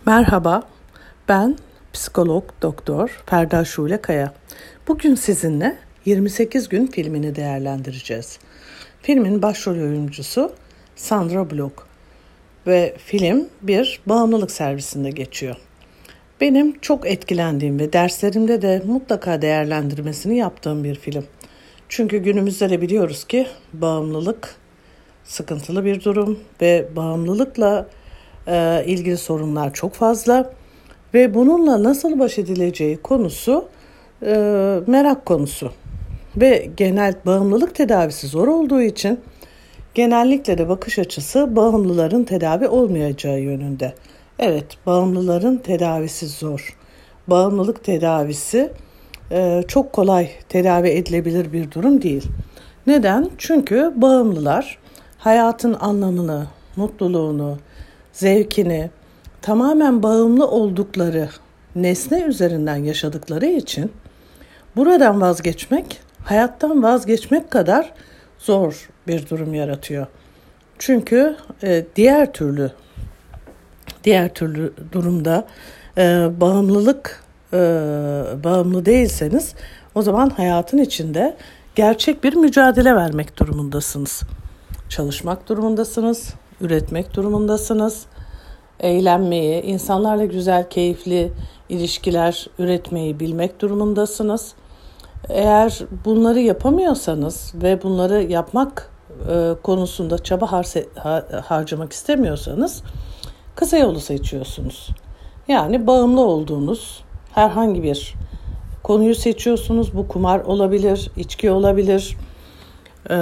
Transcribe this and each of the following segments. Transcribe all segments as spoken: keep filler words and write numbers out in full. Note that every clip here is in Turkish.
Merhaba, ben psikolog doktor Ferda Şule Kaya. Bugün sizinle yirmi sekiz gün filmini değerlendireceğiz. Filmin başrol oyuncusu Sandra Bullock ve film bir bağımlılık servisinde geçiyor. Benim çok etkilendiğim ve derslerimde de mutlaka değerlendirmesini yaptığım bir film. Çünkü günümüzde de biliyoruz ki bağımlılık sıkıntılı bir durum ve bağımlılıkla e, ilgili sorunlar çok fazla ve bununla nasıl baş edileceği konusu e, merak konusu. Ve genel bağımlılık tedavisi zor olduğu için genellikle de bakış açısı bağımlıların tedavi olmayacağı yönünde. Evet, bağımlıların tedavisi zor. Bağımlılık tedavisi e, çok kolay tedavi edilebilir bir durum değil. Neden? Çünkü bağımlılar hayatın anlamını, mutluluğunu, zevkini tamamen bağımlı oldukları nesne üzerinden yaşadıkları için buradan vazgeçmek, hayattan vazgeçmek kadar zor bir durum yaratıyor. Çünkü e, diğer türlü diğer türlü durumda e, bağımlılık e, bağımlı değilseniz o zaman hayatın içinde gerçek bir mücadele vermek durumundasınız. Çalışmak durumundasınız, üretmek durumundasınız, eğlenmeyi, insanlarla güzel, keyifli ilişkiler üretmeyi bilmek durumundasınız. Eğer bunları yapamıyorsanız ve bunları yapmak e, konusunda çaba harse, ha, harcamak istemiyorsanız kısa yolu seçiyorsunuz. Yani bağımlı olduğunuz herhangi bir konuyu seçiyorsunuz. Bu kumar olabilir, içki olabilir, e,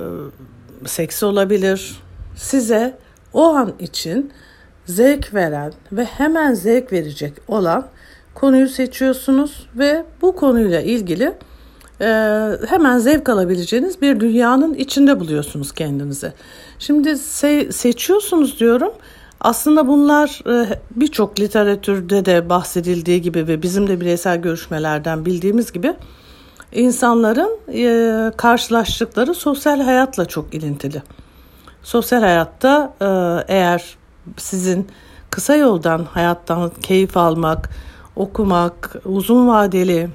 seks olabilir. Size o an için zevk veren ve hemen zevk verecek olan konuyu seçiyorsunuz ve bu konuyla ilgili e, hemen zevk alabileceğiniz bir dünyanın içinde buluyorsunuz kendinizi. Şimdi se- seçiyorsunuz diyorum. Aslında bunlar e, birçok literatürde de bahsedildiği gibi ve bizim de bireysel görüşmelerden bildiğimiz gibi insanların e, karşılaştıkları sosyal hayatla çok ilintili. Sosyal hayatta e, eğer sizin kısa yoldan hayattan keyif almak, okumak, uzun vadeli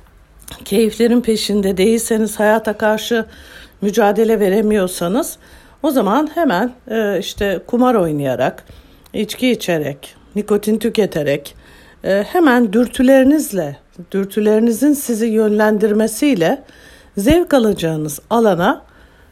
keyiflerin peşinde değilseniz, hayata karşı mücadele veremiyorsanız o zaman hemen e, işte kumar oynayarak, içki içerek, nikotin tüketerek e, hemen dürtülerinizle, dürtülerinizin sizi yönlendirmesiyle zevk alacağınız alana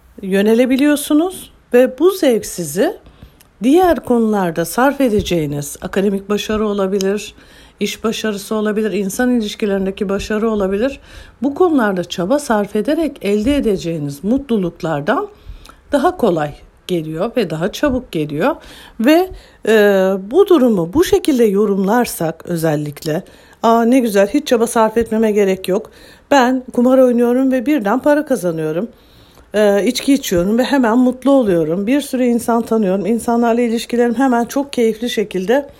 yönelebiliyorsunuz ve bu zevk sizi diğer konularda sarf edeceğiniz akademik başarı olabilir, iş başarısı olabilir, insan ilişkilerindeki başarı olabilir. Bu konularda çaba sarf ederek elde edeceğiniz mutluluklardan daha kolay geliyor ve daha çabuk geliyor. Ve e, bu durumu bu şekilde yorumlarsak özellikle, aa ne güzel, hiç çaba sarf etmeme gerek yok. Ben kumar oynuyorum ve birden para kazanıyorum. Ee, içki içiyorum ve hemen mutlu oluyorum. Bir sürü insan tanıyorum. İnsanlarla ilişkilerim hemen çok keyifli şekilde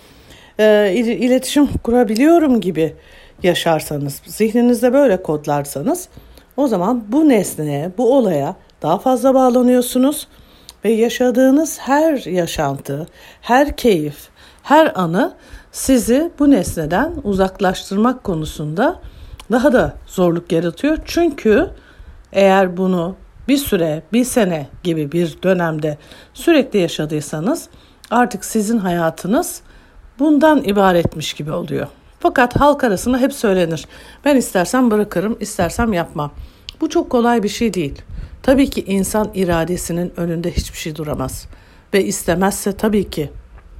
e, iletişim kurabiliyorum gibi yaşarsanız, zihninizde böyle kodlarsanız o zaman bu nesneye, bu olaya daha fazla bağlanıyorsunuz ve yaşadığınız her yaşantı, her keyif, her anı sizi bu nesneden uzaklaştırmak konusunda daha da zorluk yaratıyor. Çünkü eğer bunu bir süre, bir sene gibi bir dönemde sürekli yaşadıysanız artık sizin hayatınız bundan ibaretmiş gibi oluyor. Fakat halk arasında hep söylenir. Ben istersem bırakırım, istersem yapmam. Bu çok kolay bir şey değil. Tabii ki insan iradesinin önünde hiçbir şey duramaz. Ve istemezse tabii ki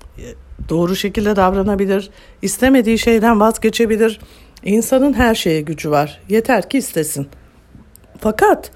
doğru şekilde davranabilir, istemediği şeyden vazgeçebilir. İnsanın her şeye gücü var. Yeter ki istesin. Fakat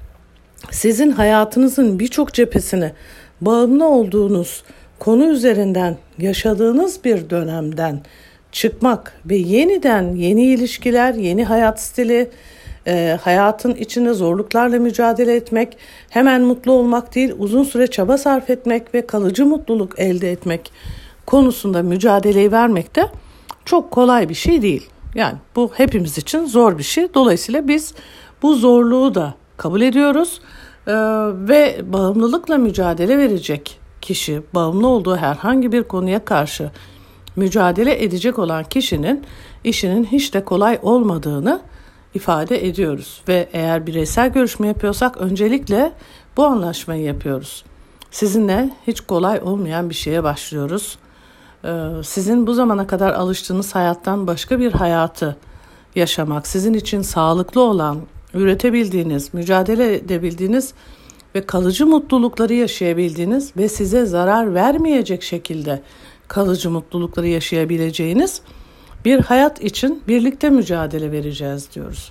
sizin hayatınızın birçok cephesini bağımlı olduğunuz konu üzerinden yaşadığınız bir dönemden çıkmak ve yeniden yeni ilişkiler, yeni hayat stili, e, hayatın içinde zorluklarla mücadele etmek, hemen mutlu olmak değil, uzun süre çaba sarf etmek ve kalıcı mutluluk elde etmek konusunda mücadeleyi vermek de çok kolay bir şey değil. Yani bu hepimiz için zor bir şey. Dolayısıyla biz bu zorluğu da kabul ediyoruz ee, ve bağımlılıkla mücadele verecek kişi bağımlı olduğu herhangi bir konuya karşı mücadele edecek olan kişinin işinin hiç de kolay olmadığını ifade ediyoruz. Ve eğer bireysel görüşme yapıyorsak öncelikle bu anlaşmayı yapıyoruz. Sizinle hiç kolay olmayan bir şeye başlıyoruz. Sizin bu zamana kadar alıştığınız hayattan başka bir hayatı yaşamak, sizin için sağlıklı olan, üretebildiğiniz, mücadele edebildiğiniz ve kalıcı mutlulukları yaşayabildiğiniz ve size zarar vermeyecek şekilde kalıcı mutlulukları yaşayabileceğiniz bir hayat için birlikte mücadele vereceğiz diyoruz.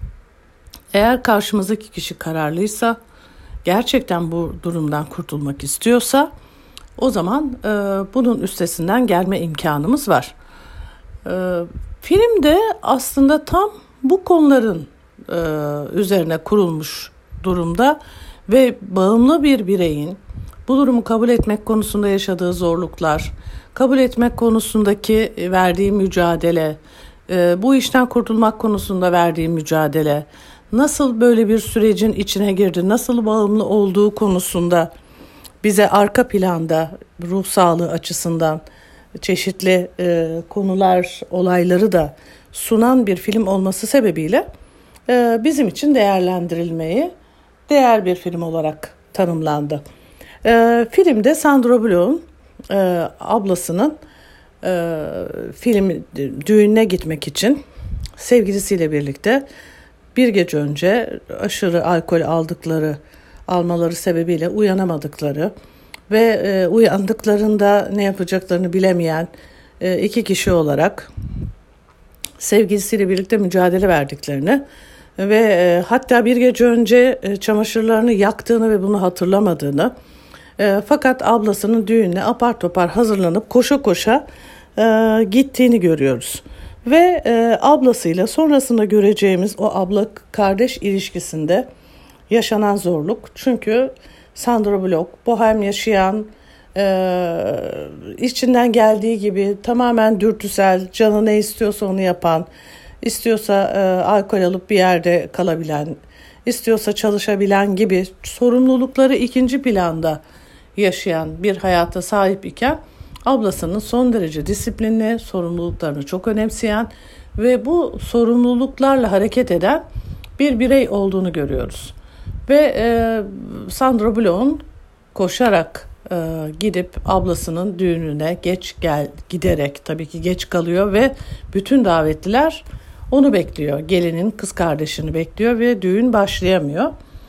Eğer karşımızdaki kişi kararlıysa, gerçekten bu durumdan kurtulmak istiyorsa, o zaman e, bunun üstesinden gelme imkanımız var. E, filmde aslında tam bu konuların e, üzerine kurulmuş durumda ve bağımlı bir bireyin bu durumu kabul etmek konusunda yaşadığı zorluklar, kabul etmek konusundaki verdiği mücadele, e, bu işten kurtulmak konusunda verdiği mücadele, nasıl böyle bir sürecin içine girdi, nasıl bağımlı olduğu konusunda bize arka planda ruh sağlığı açısından çeşitli e, konular, olayları da sunan bir film olması sebebiyle e, bizim için değerlendirilmeyi değer bir film olarak tanımlandı. E, filmde Sandra Bullock'un e, ablasının e, film düğününe gitmek için sevgilisiyle birlikte bir gece önce aşırı alkol aldıkları, almaları sebebiyle uyanamadıkları ve e, uyandıklarında ne yapacaklarını bilemeyen e, iki kişi olarak sevgilisiyle birlikte mücadele verdiklerini ve e, hatta bir gece önce e, çamaşırlarını yaktığını ve bunu hatırlamadığını, e, fakat ablasının düğününe apar topar hazırlanıp koşa koşa e, gittiğini görüyoruz. Ve e, ablasıyla sonrasında göreceğimiz o abla kardeş ilişkisinde yaşanan zorluk. Çünkü Sandra Bullock bohem yaşayan, e, içinden geldiği gibi tamamen dürtüsel, canı ne istiyorsa onu yapan, istiyorsa e, alkol alıp bir yerde kalabilen, istiyorsa çalışabilen gibi sorumlulukları ikinci planda yaşayan bir hayata sahip iken ablasının son derece disiplinli, sorumluluklarını çok önemseyen ve bu sorumluluklarla hareket eden bir birey olduğunu görüyoruz. Ve e, Sandra Bullock'un koşarak e, gidip ablasının düğününe geç gel giderek tabii ki geç kalıyor ve bütün davetliler onu bekliyor. Gelinin kız kardeşini bekliyor ve düğün başlayamıyor.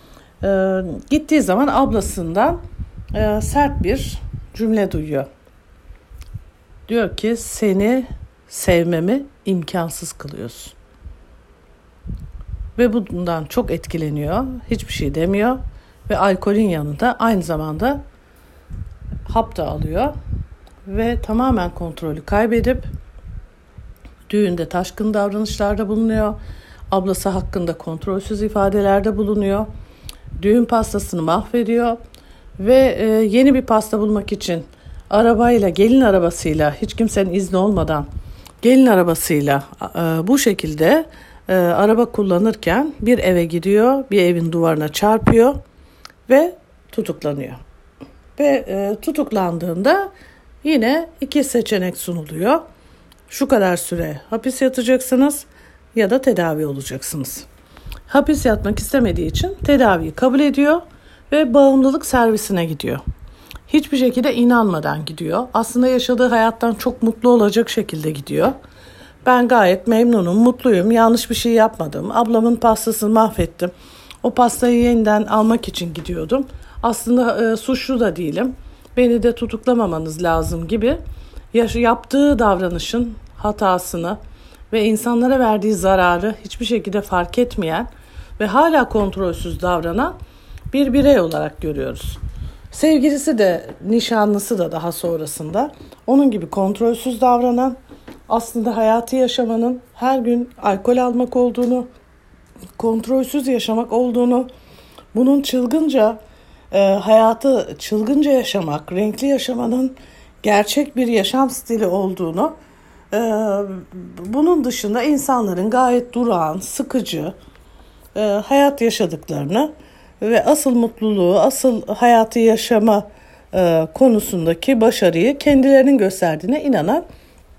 E, gittiği zaman ablasından e, sert bir cümle duyuyor. Diyor ki seni sevmemi imkansız kılıyorsun. Ve bundan çok etkileniyor. Hiçbir şey demiyor. Ve alkolün yanında aynı zamanda hap da alıyor. Ve tamamen kontrolü kaybedip düğünde taşkın davranışlarda bulunuyor. Ablası hakkında kontrolsüz ifadelerde bulunuyor. Düğün pastasını mahvediyor. Ve e, yeni bir pasta bulmak için arabayla, gelin arabasıyla, hiç kimsenin izni olmadan gelin arabasıyla e, bu şekilde e, araba kullanırken bir eve gidiyor, bir evin duvarına çarpıyor ve tutuklanıyor. Ve e, tutuklandığında yine iki seçenek sunuluyor. Şu kadar süre hapis yatacaksınız ya da tedavi olacaksınız. Hapis yatmak istemediği için tedaviyi kabul ediyor ve bağımlılık servisine gidiyor. Hiçbir şekilde inanmadan gidiyor. Aslında yaşadığı hayattan çok mutlu olacak şekilde gidiyor. Ben gayet memnunum, mutluyum, yanlış bir şey yapmadım. Ablamın pastasını mahvettim. O pastayı yeniden almak için gidiyordum. Aslında e, suçlu da değilim. Beni de tutuklamamanız lazım gibi yaptığı davranışın hatasını ve insanlara verdiği zararı hiçbir şekilde fark etmeyen ve hala kontrolsüz davranan bir birey olarak görüyoruz. Sevgilisi de, nişanlısı da daha sonrasında onun gibi kontrolsüz davranan, aslında hayatı yaşamanın her gün alkol almak olduğunu, kontrolsüz yaşamak olduğunu, bunun çılgınca e, hayatı çılgınca yaşamak, renkli yaşamanın gerçek bir yaşam stili olduğunu, e, bunun dışında insanların gayet durağan, sıkıcı e, hayat yaşadıklarını ve asıl mutluluğu, asıl hayatı yaşama e, konusundaki başarıyı kendilerinin gösterdiğine inanan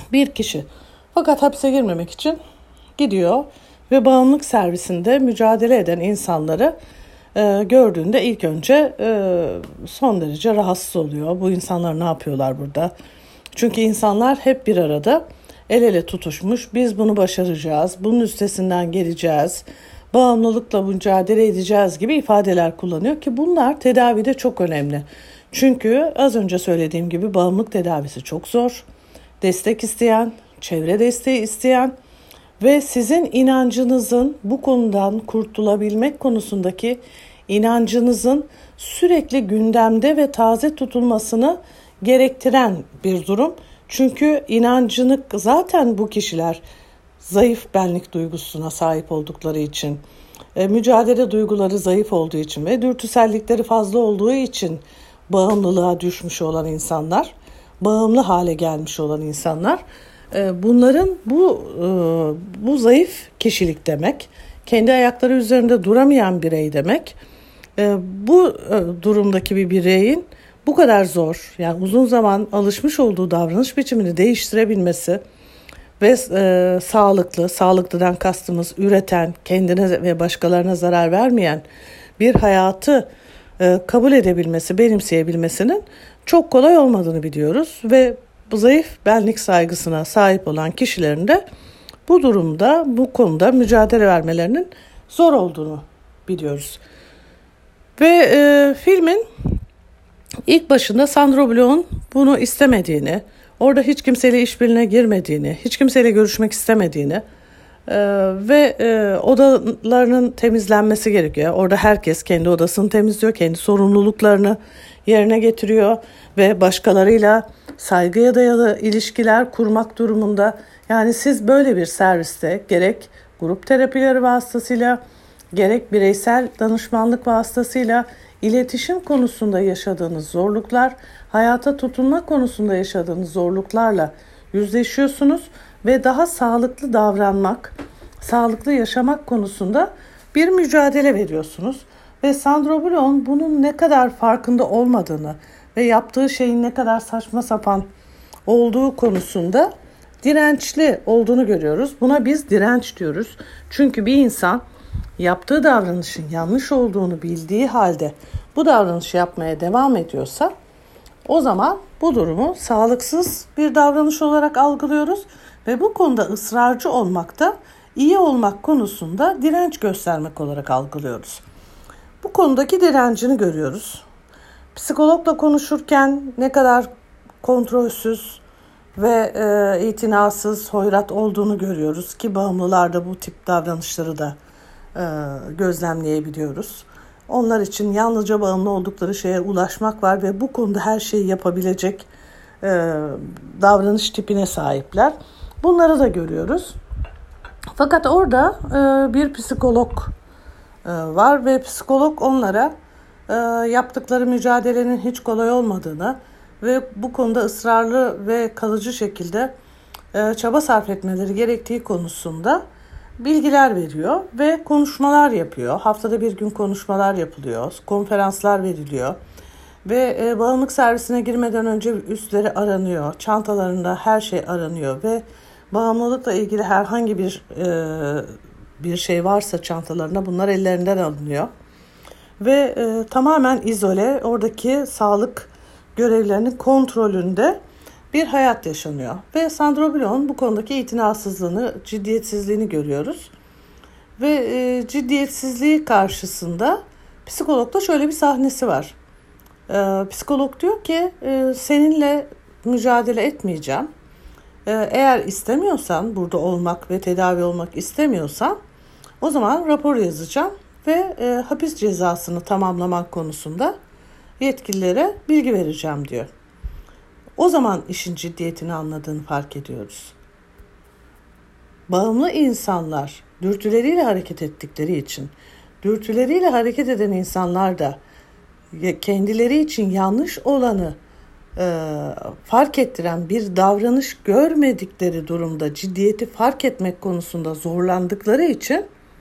bir kişi. Fakat hapse girmemek için gidiyor ve bağımlılık servisinde mücadele eden insanları e, gördüğünde ilk önce e, son derece rahatsız oluyor. Bu insanlar ne yapıyorlar burada? Çünkü insanlar hep bir arada el ele tutuşmuş. Biz bunu başaracağız, bunun üstesinden geleceğiz, bağımlılıkla mücadele edeceğiz gibi ifadeler kullanıyor ki bunlar tedavide çok önemli. Çünkü az önce söylediğim gibi bağımlılık tedavisi çok zor. Destek isteyen, çevre desteği isteyen ve sizin inancınızın bu konudan kurtulabilmek konusundaki inancınızın sürekli gündemde ve taze tutulmasını gerektiren bir durum. Çünkü inancını zaten bu kişiler zayıf benlik duygusuna sahip oldukları için, e, mücadele duyguları zayıf olduğu için ve dürtüsellikleri fazla olduğu için bağımlılığa düşmüş olan insanlar, bağımlı hale gelmiş olan insanlar, e, bunların bu e, bu zayıf kişilik demek, kendi ayakları üzerinde duramayan birey demek. E, bu e, durumdaki bir bireyin bu kadar zor, yani uzun zaman alışmış olduğu davranış biçimini değiştirebilmesi ve e, sağlıklı, sağlıklıdan kastımız üreten, kendine ve başkalarına zarar vermeyen bir hayatı e, kabul edebilmesi, benimseyebilmesinin çok kolay olmadığını biliyoruz ve bu zayıf benlik saygısına sahip olan kişilerin de bu durumda, bu konuda mücadele vermelerinin zor olduğunu biliyoruz. Ve e, filmin ilk başında Sandra Bullock'un bunu istemediğini, orada hiç kimseyle işbirliğine girmediğini, hiç kimseyle görüşmek istemediğini e, ve e, odalarının temizlenmesi gerekiyor. Orada herkes kendi odasını temizliyor, kendi sorumluluklarını yerine getiriyor ve başkalarıyla saygıya dayalı ilişkiler kurmak durumunda. Yani siz böyle bir serviste gerek grup terapileri vasıtasıyla, gerek bireysel danışmanlık vasıtasıyla iletişim konusunda yaşadığınız zorluklar, hayata tutunma konusunda yaşadığınız zorluklarla yüzleşiyorsunuz ve daha sağlıklı davranmak, sağlıklı yaşamak konusunda bir mücadele veriyorsunuz. Ve Sandra Bullock'un bunun ne kadar farkında olmadığını ve yaptığı şeyin ne kadar saçma sapan olduğu konusunda dirençli olduğunu görüyoruz. Buna biz direnç diyoruz. Çünkü bir insan yaptığı davranışın yanlış olduğunu bildiği halde bu davranışı yapmaya devam ediyorsa o zaman bu durumu sağlıksız bir davranış olarak algılıyoruz ve bu konuda ısrarcı olmakta, iyi olmak konusunda direnç göstermek olarak algılıyoruz. Bu konudaki direncini görüyoruz. Psikologla konuşurken ne kadar kontrolsüz ve e, itinasız, hoyrat olduğunu görüyoruz ki bağımlılarda bu tip davranışları da e, gözlemleyebiliyoruz. Onlar için yalnızca bağımlı oldukları şeye ulaşmak var ve bu konuda her şeyi yapabilecek e, davranış tipine sahipler. Bunları da görüyoruz. Fakat orada e, bir psikolog e, var ve psikolog onlara e, yaptıkları mücadelenin hiç kolay olmadığını ve bu konuda ısrarlı ve kalıcı şekilde e, çaba sarf etmeleri gerektiği konusunda bilgiler veriyor ve konuşmalar yapıyor. Haftada bir gün konuşmalar yapılıyor, konferanslar veriliyor ve e, bağımlılık servisine girmeden önce üstleri aranıyor, çantalarında her şey aranıyor ve bağımlılıkla ilgili herhangi bir e, bir şey varsa çantalarına bunlar ellerinden alınıyor ve e, tamamen izole, oradaki sağlık görevlilerinin kontrolünde bir hayat yaşanıyor. Ve Sandra Bullock'un bu konudaki itinasızlığını, ciddiyetsizliğini görüyoruz. Ve e, ciddiyetsizliği karşısında psikologda şöyle bir sahnesi var. E, psikolog diyor ki e, seninle mücadele etmeyeceğim. E, eğer istemiyorsan, burada olmak ve tedavi olmak istemiyorsan o zaman rapor yazacağım ve e, hapis cezasını tamamlamak konusunda yetkililere bilgi vereceğim diyor. O zaman işin ciddiyetini anladığını fark ediyoruz. Bağımlı insanlar dürtüleriyle hareket ettikleri için, dürtüleriyle hareket eden insanlar da kendileri için yanlış olanı e, fark ettiren bir davranış görmedikleri durumda ciddiyeti fark etmek konusunda zorlandıkları için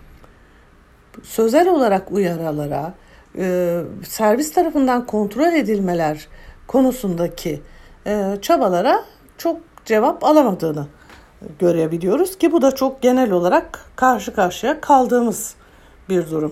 sözel olarak uyarılara, e, servis tarafından kontrol edilmeler konusundaki e, çabalara çok cevap alamadığını görebiliyoruz ki bu da çok genel olarak karşı karşıya kaldığımız bir durum.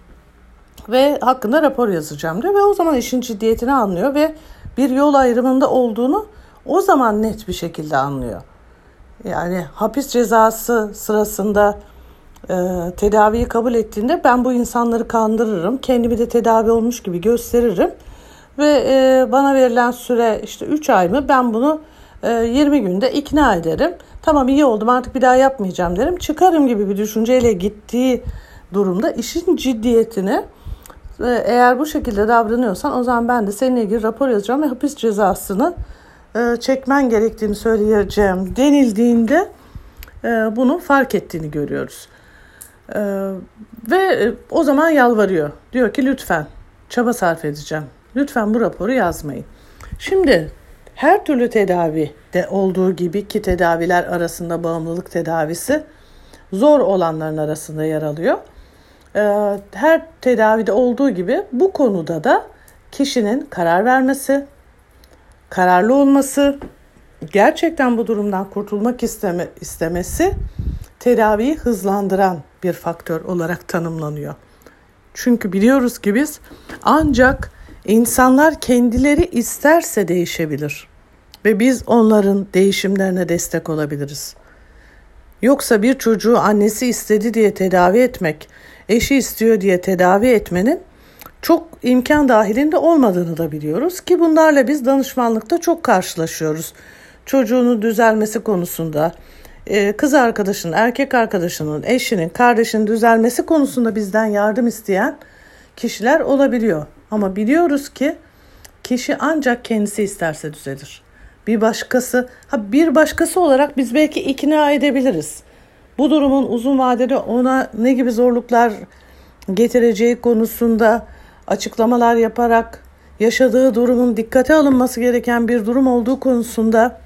Ve hakkında rapor yazacağım diyor ve o zaman işin ciddiyetini anlıyor ve bir yol ayrımında olduğunu o zaman net bir şekilde anlıyor. Yani hapis cezası sırasında e, tedaviyi kabul ettiğinde ben bu insanları kandırırım, kendimi de tedavi olmuş gibi gösteririm ve e, bana verilen süre işte üç ay mı, ben bunu e, yirmi günde ikna ederim. Tamam, iyi oldum, artık bir daha yapmayacağım derim, çıkarım gibi bir düşünceyle gittiği durumda işin ciddiyetini, e, eğer bu şekilde davranıyorsan o zaman ben de seninle ilgili rapor yazacağım ve hapis cezasını e, çekmen gerektiğini söyleyeceğim denildiğinde e, bunu fark ettiğini görüyoruz. E, ve e, o zaman yalvarıyor. Diyor ki lütfen çaba sarf edeceğim. Lütfen bu raporu yazmayın. Şimdi her türlü tedavide olduğu gibi ki tedaviler arasında bağımlılık tedavisi zor olanların arasında yer alıyor. Her tedavide olduğu gibi bu konuda da kişinin karar vermesi, kararlı olması, gerçekten bu durumdan kurtulmak isteme, istemesi tedaviyi hızlandıran bir faktör olarak tanımlanıyor. Çünkü biliyoruz ki biz ancak insanlar kendileri isterse değişebilir ve biz onların değişimlerine destek olabiliriz. Yoksa bir çocuğu annesi istedi diye tedavi etmek, eşi istiyor diye tedavi etmenin çok imkan dahilinde olmadığını da biliyoruz ki bunlarla biz danışmanlıkta çok karşılaşıyoruz. Çocuğunun düzelmesi konusunda, kız arkadaşının, erkek arkadaşının, eşinin, kardeşinin düzelmesi konusunda bizden yardım isteyen kişiler olabiliyor. Ama biliyoruz ki kişi ancak kendisi isterse düzelir. Bir başkası, ha bir başkası olarak biz belki ikna edebiliriz. Bu durumun uzun vadede ona ne gibi zorluklar getireceği konusunda açıklamalar yaparak yaşadığı durumun dikkate alınması gereken bir durum olduğu konusunda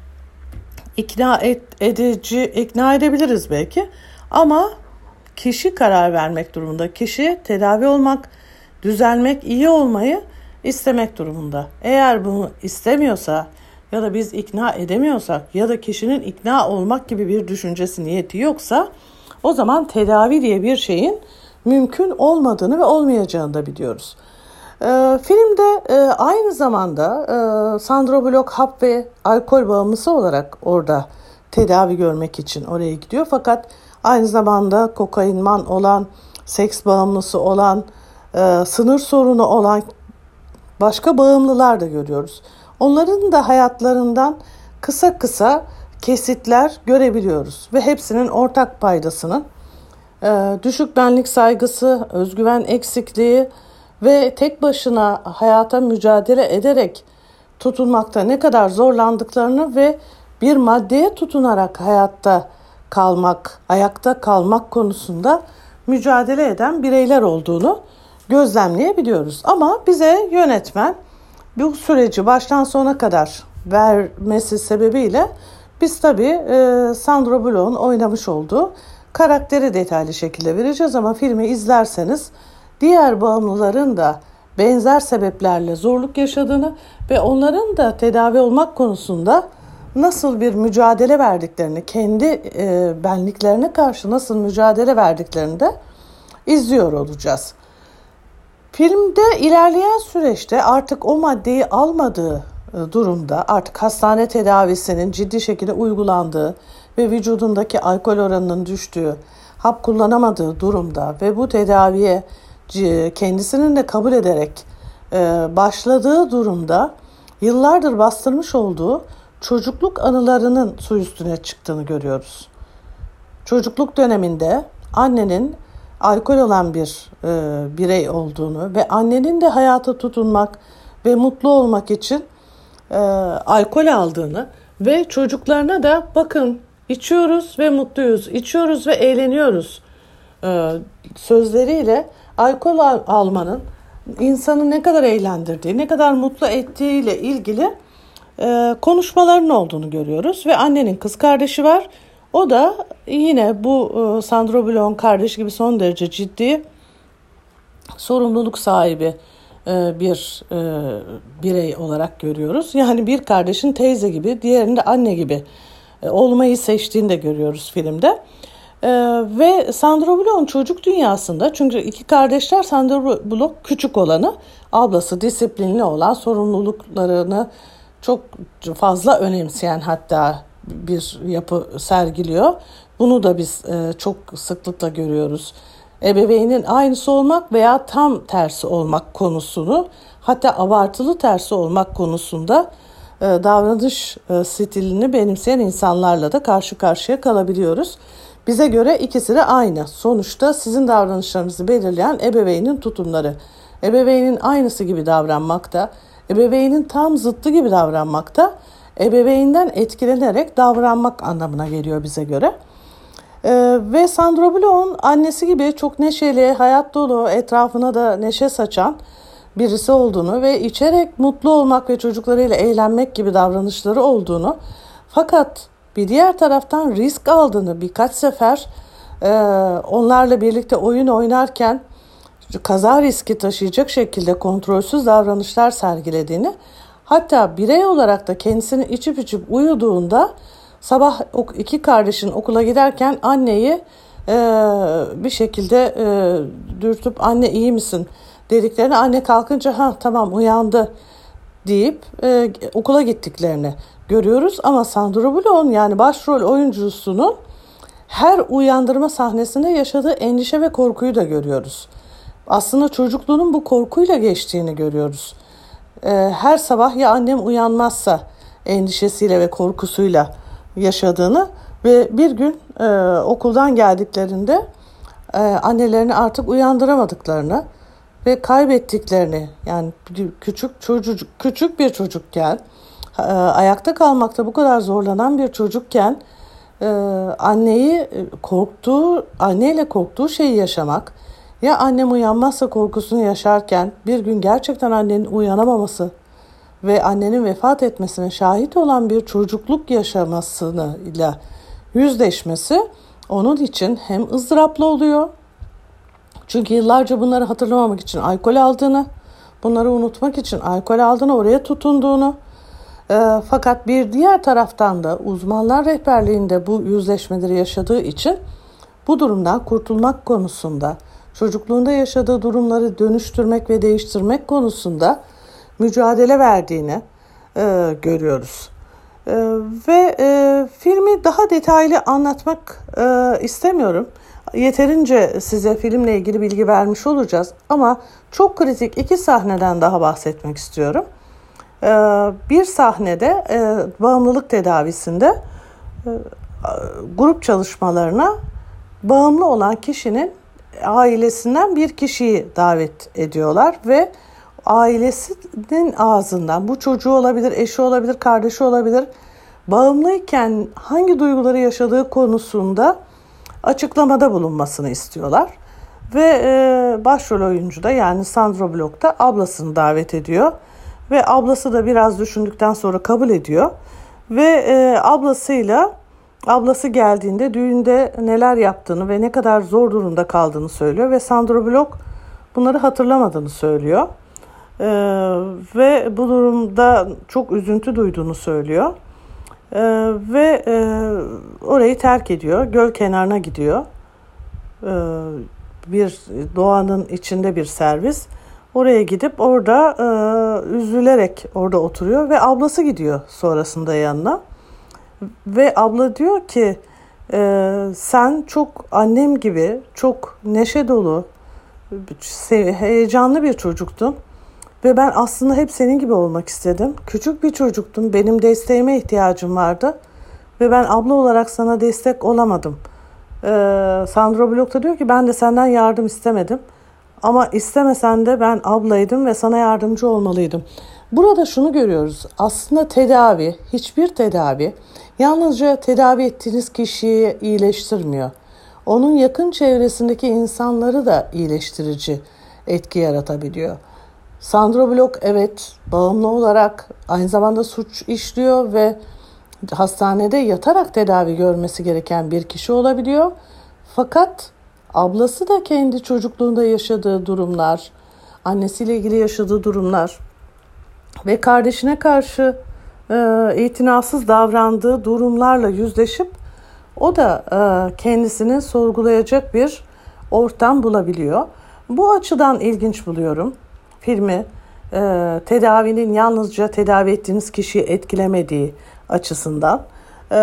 ikna et, edici, ikna edebiliriz belki. Ama kişi karar vermek durumunda. Kişi tedavi olmak, düzelmek, iyi olmayı istemek durumunda. Eğer bunu istemiyorsa ya da biz ikna edemiyorsak ya da kişinin ikna olmak gibi bir düşüncesi, niyeti yoksa o zaman tedavi diye bir şeyin mümkün olmadığını ve olmayacağını da biliyoruz. Ee, filmde e, aynı zamanda e, Sandra Bullock hap ve alkol bağımlısı olarak orada tedavi görmek için oraya gidiyor. Fakat aynı zamanda kokainman olan, seks bağımlısı olan, e, sınır sorunu olan başka bağımlılar da görüyoruz. Onların da hayatlarından kısa kısa kesitler görebiliyoruz ve hepsinin ortak paydasının e, düşük benlik saygısı, özgüven eksikliği ve tek başına hayata mücadele ederek tutunmakta ne kadar zorlandıklarını ve bir maddeye tutunarak hayatta kalmak, ayakta kalmak konusunda mücadele eden bireyler olduğunu gözlemleyebiliyoruz. Ama bize yönetmen bu süreci baştan sona kadar vermesi sebebiyle biz tabii e, Sandra Bullock'un oynamış olduğu karakteri detaylı şekilde vereceğiz ama filmi izlerseniz diğer bağımlıların da benzer sebeplerle zorluk yaşadığını ve onların da tedavi olmak konusunda nasıl bir mücadele verdiklerini, kendi e, benliklerine karşı nasıl mücadele verdiklerini de izliyor olacağız. Filmde ilerleyen süreçte artık o maddeyi almadığı durumda, artık hastane tedavisinin ciddi şekilde uygulandığı ve vücudundaki alkol oranının düştüğü, hap kullanamadığı durumda ve bu tedaviye kendisinin de kabul ederek başladığı durumda yıllardır bastırmış olduğu çocukluk anılarının su üstüne çıktığını görüyoruz. Çocukluk döneminde annenin alkol olan bir e, birey olduğunu ve annenin de hayata tutunmak ve mutlu olmak için e, alkol aldığını ve çocuklarına da bakın içiyoruz ve mutluyuz, içiyoruz ve eğleniyoruz e, sözleriyle alkol al- almanın insanı ne kadar eğlendirdiği, ne kadar mutlu ettiğiyle ilgili e, konuşmaların olduğunu görüyoruz ve annenin kız kardeşi var. O da yine bu Sandra Bullock'un kardeşi gibi son derece ciddi sorumluluk sahibi e, bir e, birey olarak görüyoruz. Yani bir kardeşin teyze gibi, diğerinde anne gibi e, olmayı seçtiğini de görüyoruz filmde. Ee, ve Sandra Bullock'un çocuk dünyasında, çünkü iki kardeşler, Sandra Bullock küçük olanı, ablası disiplinli olan, sorumluluklarını çok fazla önemseyen hatta bir yapı sergiliyor. Bunu da biz e, çok sıklıkla görüyoruz. Ebeveynin aynısı olmak veya tam tersi olmak konusunu, hatta abartılı tersi olmak konusunda e, davranış e, stilini benimseyen insanlarla da karşı karşıya kalabiliyoruz. Bize göre ikisi de aynı. Sonuçta sizin davranışlarınızı belirleyen ebeveynin tutumları. Ebeveynin aynısı gibi davranmakta, ebeveynin tam zıttı gibi davranmakta, ebeveynden etkilenerek davranmak anlamına geliyor bize göre. Ee, ve Sandra Bullock'un annesi gibi çok neşeli, hayat dolu, etrafına da neşe saçan birisi olduğunu ve içerek mutlu olmak ve çocuklarıyla eğlenmek gibi davranışları olduğunu, fakat bir diğer taraftan risk aldığını, birkaç sefer e, onlarla birlikte oyun oynarken kaza riski taşıyacak şekilde kontrolsüz davranışlar sergilediğini, hatta birey olarak da kendisini içip içip uyuduğunda sabah iki kardeşin okula giderken anneyi e, bir şekilde e, dürtüp anne iyi misin dediklerini, anne kalkınca ha tamam uyandı deyip e, okula gittiklerini görüyoruz. Ama Sandra Bullock'un, yani başrol oyuncusunun her uyandırma sahnesinde yaşadığı endişe ve korkuyu da görüyoruz. Aslında çocukluğunun bu korkuyla geçtiğini görüyoruz. E, her sabah ya annem uyanmazsa endişesiyle ve korkusuyla yaşadığını ve bir gün e, okuldan geldiklerinde e, annelerini artık uyandıramadıklarını ve kaybettiklerini, yani küçük çocuk küçük bir çocukken, e, ayakta kalmakta bu kadar zorlanan bir çocukken e, anneyi korktuğu anneyle korktuğu şeyi yaşamak, ya annem uyanmazsa korkusunu yaşarken bir gün gerçekten annenin uyanamaması ve annenin vefat etmesine şahit olan bir çocukluk yaşamasıyla yüzleşmesi onun için hem ızdıraplı oluyor. Çünkü yıllarca bunları hatırlamamak için alkol aldığını, bunları unutmak için alkol aldığını, oraya tutunduğunu, e, fakat bir diğer taraftan da uzmanlar rehberliğinde bu yüzleşmeleri yaşadığı için bu durumdan kurtulmak konusunda, çocukluğunda yaşadığı durumları dönüştürmek ve değiştirmek konusunda mücadele verdiğini e, görüyoruz. E, ve e, filmi daha detaylı anlatmak e, istemiyorum. Yeterince size filmle ilgili bilgi vermiş olacağız. Ama çok kritik iki sahneden daha bahsetmek istiyorum. E, bir sahnede e, bağımlılık tedavisinde e, grup çalışmalarına bağımlı olan kişinin ailesinden bir kişiyi davet ediyorlar ve ailesinin ağzından, bu çocuğu olabilir, eşi olabilir, kardeşi olabilir, bağımlıyken hangi duyguları yaşadığı konusunda açıklamada bulunmasını istiyorlar. Ve e, başrol oyuncu da, yani Sandra Bullock da ablasını davet ediyor. Ve ablası da biraz düşündükten sonra kabul ediyor. Ve e, ablasıyla, ablası geldiğinde düğünde neler yaptığını ve ne kadar zor durumda kaldığını söylüyor. Ve Sandra Bullock bunları hatırlamadığını söylüyor. Ee, ve bu durumda çok üzüntü duyduğunu söylüyor. Ee, ve e, orayı terk ediyor. Göl kenarına gidiyor. Ee, bir doğanın içinde bir servis. Oraya gidip orada e, üzülerek orada oturuyor ve ablası gidiyor sonrasında yanına. Ve abla diyor ki e, sen çok annem gibi çok neşe dolu, heyecanlı bir çocuktun. Ve ben aslında hep senin gibi olmak istedim. Küçük bir çocuktum. Benim desteğime ihtiyacım vardı. Ve ben abla olarak sana destek olamadım. Ee, Sandra Bullock da diyor ki ben de senden yardım istemedim. Ama istemesen de ben ablaydım ve sana yardımcı olmalıydım. Burada şunu görüyoruz. Aslında tedavi, hiçbir tedavi yalnızca tedavi ettiğiniz kişiyi iyileştirmiyor. Onun yakın çevresindeki insanları da iyileştirici etki yaratabiliyor. Sandra Bullock evet bağımlı olarak aynı zamanda suç işliyor ve hastanede yatarak tedavi görmesi gereken bir kişi olabiliyor. Fakat ablası da kendi çocukluğunda yaşadığı durumlar, annesiyle ilgili yaşadığı durumlar ve kardeşine karşı e, itinasız davrandığı durumlarla yüzleşip o da e, kendisini sorgulayacak bir ortam bulabiliyor. Bu açıdan ilginç buluyorum filmi. E, tedavinin yalnızca tedavi ettiğiniz kişiyi etkilemediği açısından. E,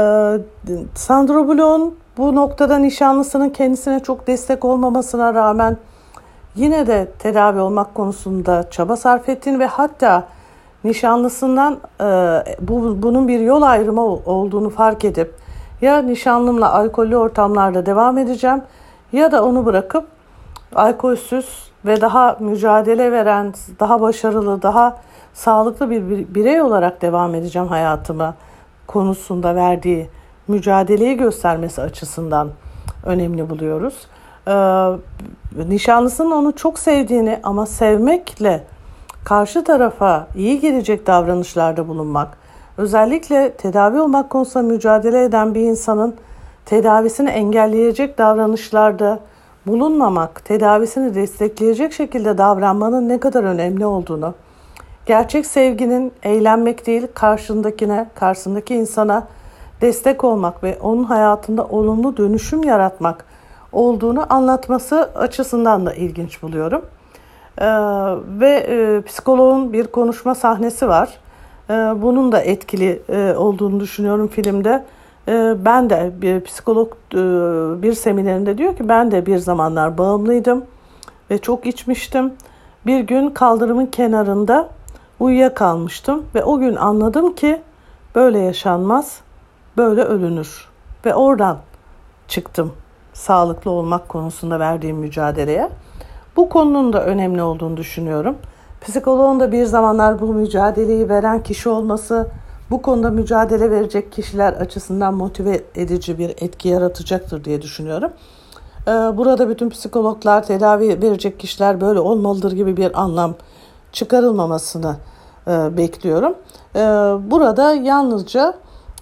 Sandra Bullock'un bu noktada nişanlısının kendisine çok destek olmamasına rağmen yine de tedavi olmak konusunda çaba sarf ettiğini ve hatta nişanlısından e, bu, bunun bir yol ayrımı olduğunu fark edip ya nişanlımla alkollü ortamlarda devam edeceğim ya da onu bırakıp alkolsüz ve daha mücadele veren, daha başarılı, daha sağlıklı bir birey olarak devam edeceğim hayatıma konusunda verdiği mücadeleyi göstermesi açısından önemli buluyoruz. Ee, nişanlısının onu çok sevdiğini ama sevmekle karşı tarafa iyi gelecek davranışlarda bulunmak, özellikle tedavi olmak konusunda mücadele eden bir insanın tedavisini engelleyecek davranışlarda bulunmamak, tedavisini destekleyecek şekilde davranmanın ne kadar önemli olduğunu, gerçek sevginin eğlenmek değil, karşındakine, karşısındaki insana destek olmak ve onun hayatında olumlu dönüşüm yaratmak olduğunu anlatması açısından da ilginç buluyorum. Ee, ve e, psikoloğun bir konuşma sahnesi var. Ee, bunun da etkili e, olduğunu düşünüyorum filmde. Ee, ben de bir psikolog e, bir seminerinde diyor ki ben de bir zamanlar bağımlıydım ve çok içmiştim. Bir gün kaldırımın kenarında uyuyakalmıştım ve o gün anladım ki böyle yaşanmaz, böyle ölünür ve oradan çıktım sağlıklı olmak konusunda verdiğim mücadeleye. Bu konunun da önemli olduğunu düşünüyorum. Psikoloğun da bir zamanlar bu mücadeleyi veren kişi olması, bu konuda mücadele verecek kişiler açısından motive edici bir etki yaratacaktır diye düşünüyorum. Burada bütün psikologlar, tedavi verecek kişiler böyle olmalıdır gibi bir anlam çıkarılmamasını bekliyorum. Burada yalnızca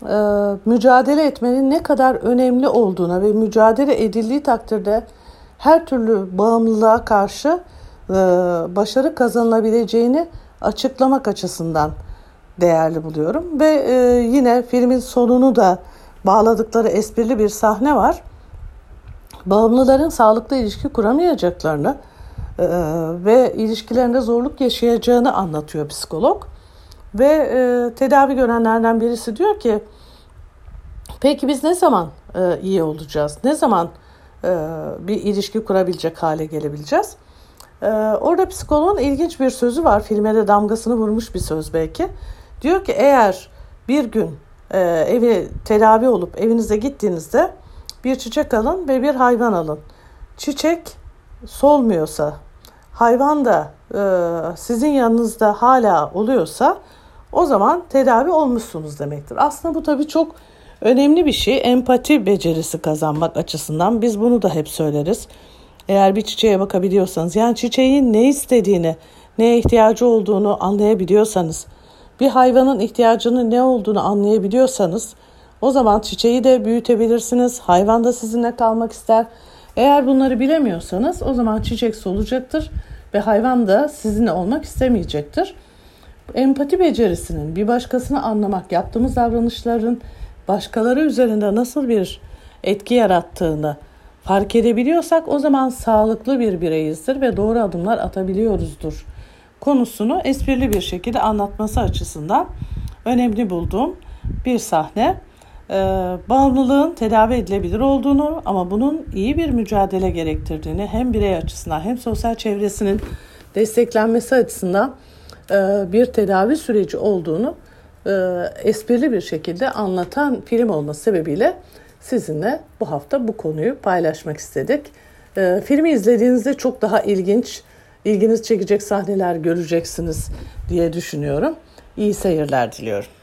mücadele etmenin ne kadar önemli olduğuna ve mücadele edildiği takdirde her türlü bağımlılığa karşı başarı kazanılabileceğini açıklamak açısından değerli buluyorum. Ve yine filmin sonunu da bağladıkları esprili bir sahne var. Bağımlıların sağlıklı ilişki kuramayacaklarını ve ilişkilerinde zorluk yaşayacağını anlatıyor psikolog. Ve e, tedavi görenlerden birisi diyor ki peki biz ne zaman e, iyi olacağız? Ne zaman e, bir ilişki kurabilecek hale gelebileceğiz? E, orada psikoloğun ilginç bir sözü var. Filme de damgasını vurmuş bir söz belki. Diyor ki eğer bir gün e, evi tedavi olup evinize gittiğinizde bir çiçek alın ve bir hayvan alın. Çiçek solmuyorsa, hayvan da e, sizin yanınızda hala oluyorsa o zaman tedavi olmuşsunuz demektir. Aslında bu tabii çok önemli bir şey. Empati becerisi kazanmak açısından biz bunu da hep söyleriz. Eğer bir çiçeğe bakabiliyorsanız, yani çiçeğin ne istediğini, neye ihtiyacı olduğunu anlayabiliyorsanız, bir hayvanın ihtiyacının ne olduğunu anlayabiliyorsanız o zaman çiçeği de büyütebilirsiniz. Hayvan da sizinle kalmak ister. Eğer bunları bilemiyorsanız o zaman çiçek solacaktır ve hayvan da sizinle olmak istemeyecektir. Empati becerisinin, bir başkasını anlamak, yaptığımız davranışların başkaları üzerinde nasıl bir etki yarattığını fark edebiliyorsak o zaman sağlıklı bir bireyizdir ve doğru adımlar atabiliyoruzdur konusunu esprili bir şekilde anlatması açısından önemli bulduğum bir sahne. Ee, bağımlılığın tedavi edilebilir olduğunu ama bunun iyi bir mücadele gerektirdiğini hem birey açısından hem sosyal çevresinin desteklenmesi açısından e, bir tedavi süreci olduğunu e, esprili bir şekilde anlatan film olması sebebiyle sizinle bu hafta bu konuyu paylaşmak istedik. E, filmi izlediğinizde çok daha ilginç, ilginizi çekecek sahneler göreceksiniz diye düşünüyorum. İyi seyirler diliyorum.